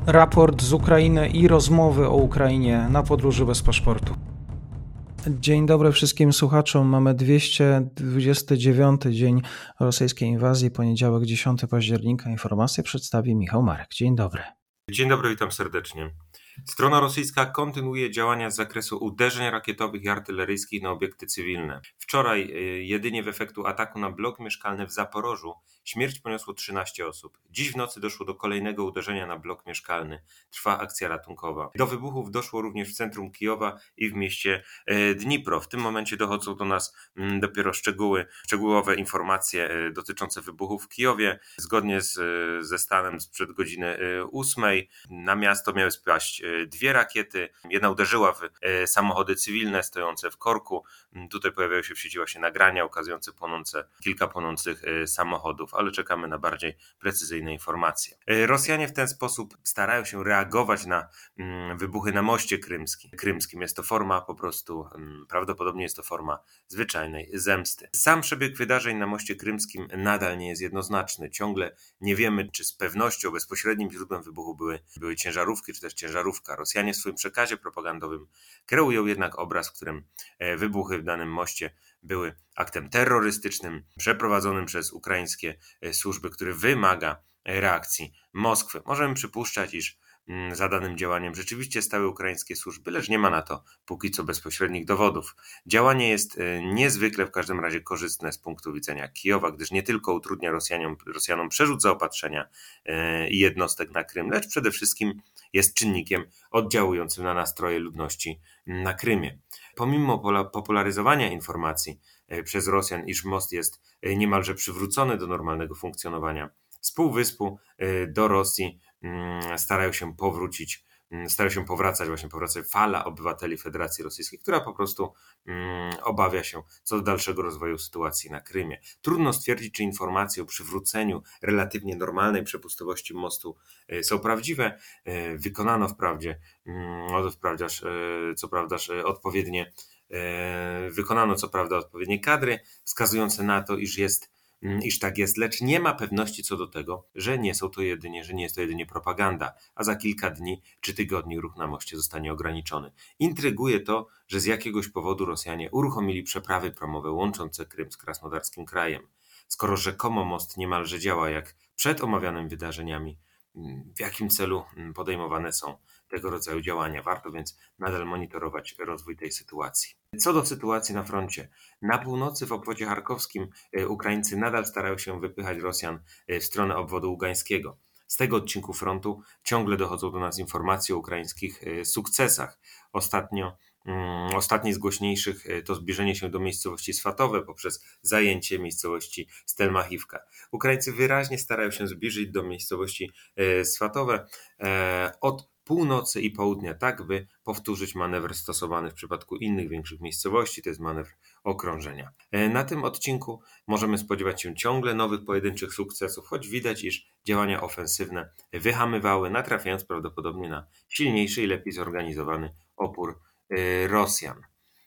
Raport z Ukrainy i rozmowy o Ukrainie na podróży bez paszportu. Dzień dobry wszystkim słuchaczom. Mamy 229 dzień rosyjskiej inwazji, poniedziałek 10 października. Informacje przedstawi Michał Marek. Dzień dobry. Dzień dobry, witam serdecznie. Strona rosyjska kontynuuje działania z zakresu uderzeń rakietowych i artyleryjskich na obiekty cywilne. Wczoraj jedynie w efektu ataku na blok mieszkalny w Zaporożu śmierć poniosło 13 osób. Dziś w nocy doszło do kolejnego uderzenia na blok mieszkalny. Trwa akcja ratunkowa. Do wybuchów doszło również w centrum Kijowa i w mieście Dnipro. W tym momencie dochodzą do nas dopiero szczegółowe informacje dotyczące wybuchów w Kijowie. Zgodnie ze stanem sprzed godziny 8 na miasto miały spaść 2 rakiety. Jedna uderzyła w samochody cywilne stojące w korku. Tutaj pojawiają się w sieci właśnie nagrania ukazujące kilka płonących samochodów, ale czekamy na bardziej precyzyjne informacje. Rosjanie w ten sposób starają się reagować na wybuchy na moście krymskim. Jest to forma prawdopodobnie jest to forma zwyczajnej zemsty. Sam przebieg wydarzeń na moście krymskim nadal nie jest jednoznaczny. Ciągle nie wiemy, czy z pewnością bezpośrednim źródłem wybuchu były ciężarówki, czy też ciężarówka. Rosjanie w swoim przekazie propagandowym kreują jednak obraz, w którym wybuchy w danym moście były aktem terrorystycznym przeprowadzonym przez ukraińskie służby, który wymaga reakcji Moskwy. Możemy przypuszczać, iż za danym działaniem rzeczywiście stały ukraińskie służby, lecz nie ma na to póki co bezpośrednich dowodów. Działanie jest niezwykle w każdym razie korzystne z punktu widzenia Kijowa, gdyż nie tylko utrudnia Rosjanom przerzut zaopatrzenia i jednostek na Krym, lecz przede wszystkim jest czynnikiem oddziałującym na nastroje ludności na Krymie. Pomimo popularyzowania informacji przez Rosjan, iż most jest niemalże przywrócony do normalnego funkcjonowania, z półwyspu do Rosji starają się powracać fala obywateli Federacji Rosyjskiej, która po prostu obawia się co do dalszego rozwoju sytuacji na Krymie. Trudno stwierdzić, czy informacje o przywróceniu relatywnie normalnej przepustowości mostu są prawdziwe. Wykonano odpowiednie kadry wskazujące na to, iż tak jest, lecz nie ma pewności co do tego, że nie jest to jedynie propaganda, a za kilka dni czy tygodni ruch na moście zostanie ograniczony. Intryguje to, że z jakiegoś powodu Rosjanie uruchomili przeprawy promowe łączące Krym z Krasnodarskim krajem. Skoro rzekomo most niemalże działa jak przed omawianymi wydarzeniami, w jakim celu podejmowane są tego rodzaju działania? Warto więc nadal monitorować rozwój tej sytuacji. Co do sytuacji na froncie. Na północy w obwodzie charkowskim Ukraińcy nadal starają się wypychać Rosjan w stronę obwodu ługańskiego. Z tego odcinku frontu ciągle dochodzą do nas informacje o ukraińskich sukcesach. Ostatni z głośniejszych to zbliżenie się do miejscowości Swatowe poprzez zajęcie miejscowości Stelmachivka. Ukraińcy wyraźnie starają się zbliżyć do miejscowości Swatowe od północy i południa, tak by powtórzyć manewr stosowany w przypadku innych większych miejscowości, to jest manewr okrążenia. Na tym odcinku możemy spodziewać się ciągle nowych pojedynczych sukcesów, choć widać, iż działania ofensywne wyhamywały, natrafiając prawdopodobnie na silniejszy i lepiej zorganizowany opór Rosjan.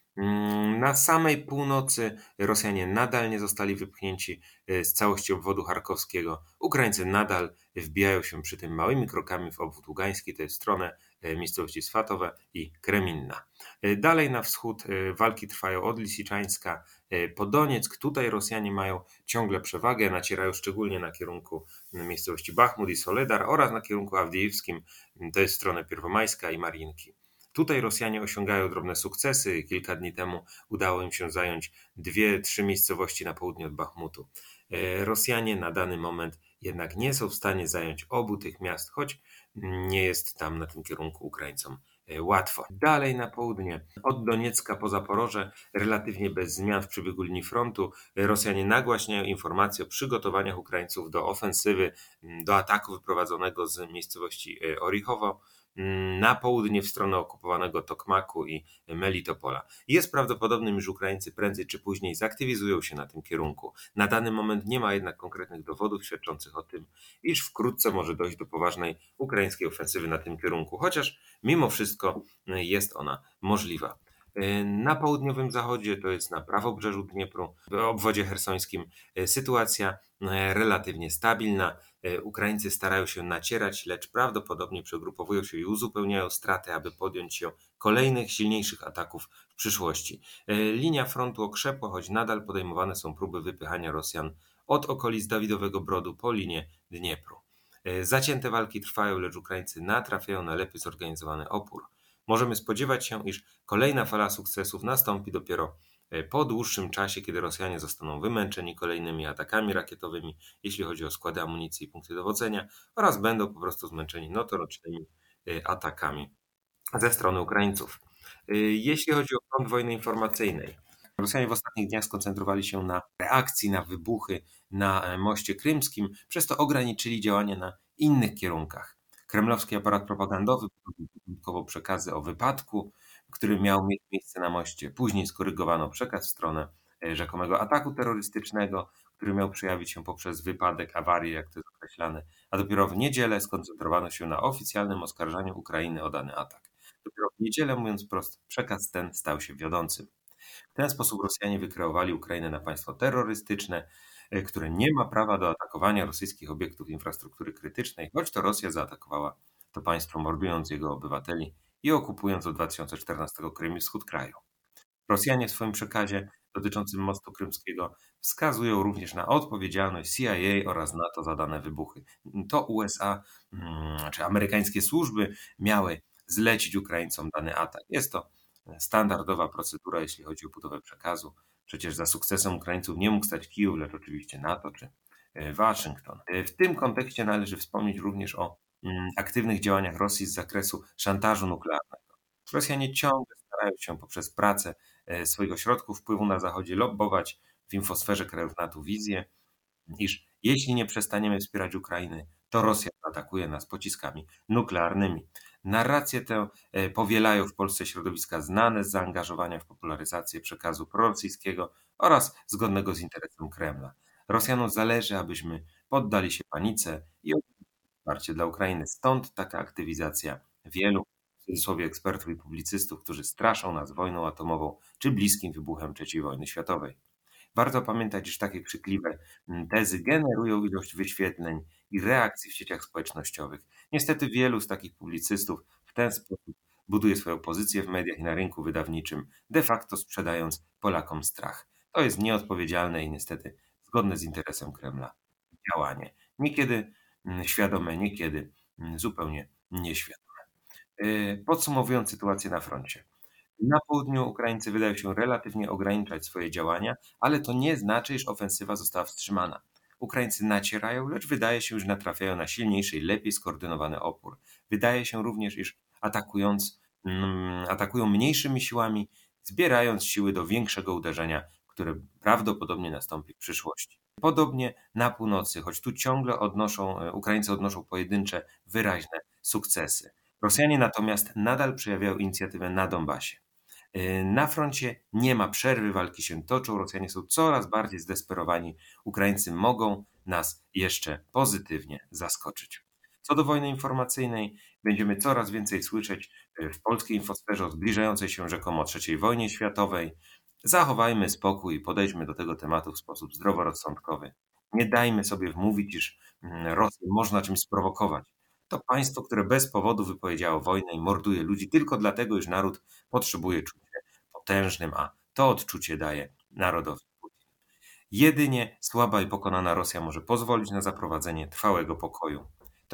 Na samej północy Rosjanie nadal nie zostali wypchnięci z całości obwodu charkowskiego. Ukraińcy nadal wbijają się przy tym małymi krokami w obwód ługański, to jest w stronę miejscowości Swatowe i Kreminna. Dalej na wschód walki trwają od Lisiczańska po Donieck. Tutaj Rosjanie mają ciągle przewagę, nacierają szczególnie na kierunku miejscowości Bachmut i Soledar oraz na kierunku awdijewskim, to jest w stronę Pierwomajska i Marinki. Tutaj Rosjanie osiągają drobne sukcesy. Kilka dni temu udało im się zająć 2-3 miejscowości na południe od Bachmutu. Rosjanie na dany moment jednak nie są w stanie zająć obu tych miast, choć nie jest tam na tym kierunku Ukraińcom łatwo. Dalej na południe, od Doniecka po Zaporoże, relatywnie bez zmian w przebiegu linii frontu, Rosjanie nagłaśniają informacje o przygotowaniach Ukraińców do ofensywy, do ataku wyprowadzonego z miejscowości Orichowo na południe w stronę okupowanego Tokmaku i Melitopola. Jest prawdopodobnym, że Ukraińcy prędzej czy później zaktywizują się na tym kierunku. Na dany moment nie ma jednak konkretnych dowodów świadczących o tym, iż wkrótce może dojść do poważnej ukraińskiej ofensywy na tym kierunku, chociaż mimo wszystko jest ona możliwa. Na południowym zachodzie, to jest na prawobrzeżu Dniepru, w obwodzie chersońskim, sytuacja relatywnie stabilna. Ukraińcy starają się nacierać, lecz prawdopodobnie przegrupowują się i uzupełniają straty, aby podjąć się kolejnych, silniejszych ataków w przyszłości. Linia frontu okrzepła, choć nadal podejmowane są próby wypychania Rosjan od okolic Dawidowego Brodu po linię Dniepru. Zacięte walki trwają, lecz Ukraińcy natrafiają na lepiej zorganizowany opór. Możemy spodziewać się, iż kolejna fala sukcesów nastąpi dopiero po dłuższym czasie, kiedy Rosjanie zostaną wymęczeni kolejnymi atakami rakietowymi, jeśli chodzi o składy amunicji i punkty dowodzenia, oraz będą po prostu zmęczeni notorycznymi atakami ze strony Ukraińców. Jeśli chodzi o front wojny informacyjnej, Rosjanie w ostatnich dniach skoncentrowali się na reakcji na wybuchy na moście krymskim, przez to ograniczyli działania na innych kierunkach. Kremlowski aparat propagandowy produkował początkowo przekazy o wypadku, który miał mieć miejsce na moście. Później skorygowano przekaz w stronę rzekomego ataku terrorystycznego, który miał przejawić się poprzez wypadek, awarię, jak to jest określane, a dopiero w niedzielę skoncentrowano się na oficjalnym oskarżaniu Ukrainy o dany atak. Dopiero w niedzielę, mówiąc wprost, przekaz ten stał się wiodącym. W ten sposób Rosjanie wykreowali Ukrainę na państwo terrorystyczne, które nie ma prawa do atakowania rosyjskich obiektów infrastruktury krytycznej, choć to Rosja zaatakowała to państwo, mordując jego obywateli i okupując od 2014 Krym i wschód kraju. Rosjanie w swoim przekazie dotyczącym mostu krymskiego wskazują również na odpowiedzialność CIA oraz NATO za dane wybuchy. To USA czy amerykańskie służby miały zlecić Ukraińcom dany atak. Jest to standardowa procedura, jeśli chodzi o budowę przekazu. Przecież za sukcesem Ukraińców nie mógł stać Kijów, lecz oczywiście NATO czy Waszyngton. W tym kontekście należy wspomnieć również o aktywnych działaniach Rosji z zakresu szantażu nuklearnego. Rosjanie ciągle starają się poprzez pracę swoich ośrodków wpływu na Zachodzie lobbować w infosferze krajów NATO wizję, iż jeśli nie przestaniemy wspierać Ukrainy, to Rosja atakuje nas pociskami nuklearnymi. Narrację tę powielają w Polsce środowiska znane z zaangażowania w popularyzację przekazu prorosyjskiego oraz zgodnego z interesem Kremla. Rosjanom zależy, abyśmy poddali się panice i wsparcie dla Ukrainy. Stąd taka aktywizacja wielu, w cudzysłowie, ekspertów i publicystów, którzy straszą nas wojną atomową czy bliskim wybuchem III wojny światowej. Warto pamiętać, iż takie krzykliwe tezy generują ilość wyświetleń i reakcji w sieciach społecznościowych. Niestety wielu z takich publicystów w ten sposób buduje swoją pozycję w mediach i na rynku wydawniczym, de facto sprzedając Polakom strach. To jest nieodpowiedzialne i niestety zgodne z interesem Kremla działanie. Niekiedy świadome, niekiedy zupełnie nieświadome. Podsumowując sytuację na froncie. Na południu Ukraińcy wydają się relatywnie ograniczać swoje działania, ale to nie znaczy, iż ofensywa została wstrzymana. Ukraińcy nacierają, lecz wydaje się, że natrafiają na silniejszy i lepiej skoordynowany opór. Wydaje się również, iż atakują mniejszymi siłami, zbierając siły do większego uderzenia, które prawdopodobnie nastąpi w przyszłości. Podobnie na północy, choć tu ciągle Ukraińcy odnoszą pojedyncze, wyraźne sukcesy. Rosjanie natomiast nadal przejawiają inicjatywę na Donbasie. Na froncie nie ma przerwy, walki się toczą, Rosjanie są coraz bardziej zdesperowani. Ukraińcy mogą nas jeszcze pozytywnie zaskoczyć. Co do wojny informacyjnej, będziemy coraz więcej słyszeć w polskiej infosferze o zbliżającej się rzekomo III wojnie światowej. Zachowajmy spokój i podejdźmy do tego tematu w sposób zdroworozsądkowy. Nie dajmy sobie wmówić, iż Rosję można czymś sprowokować. To państwo, które bez powodu wypowiedziało wojnę i morduje ludzi tylko dlatego, iż naród potrzebuje czuć się potężnym, a to odczucie daje narodowi Putin. Jedynie słaba i pokonana Rosja może pozwolić na zaprowadzenie trwałego pokoju.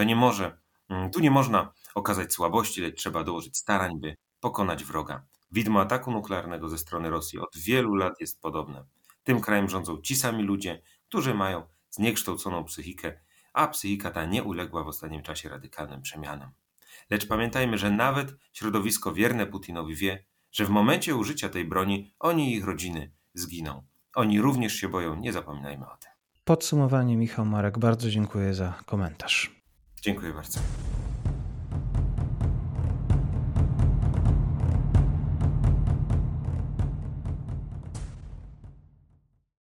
Tu nie można okazać słabości, lecz trzeba dołożyć starań, by pokonać wroga. Widmo ataku nuklearnego ze strony Rosji od wielu lat jest podobne. Tym krajem rządzą ci sami ludzie, którzy mają zniekształconą psychikę, a psychika ta nie uległa w ostatnim czasie radykalnym przemianom. Lecz pamiętajmy, że nawet środowisko wierne Putinowi wie, że w momencie użycia tej broni oni i ich rodziny zginą. Oni również się boją, nie zapominajmy o tym. Podsumowanie, Michał Marek, bardzo dziękuję za komentarz. Dziękuję bardzo.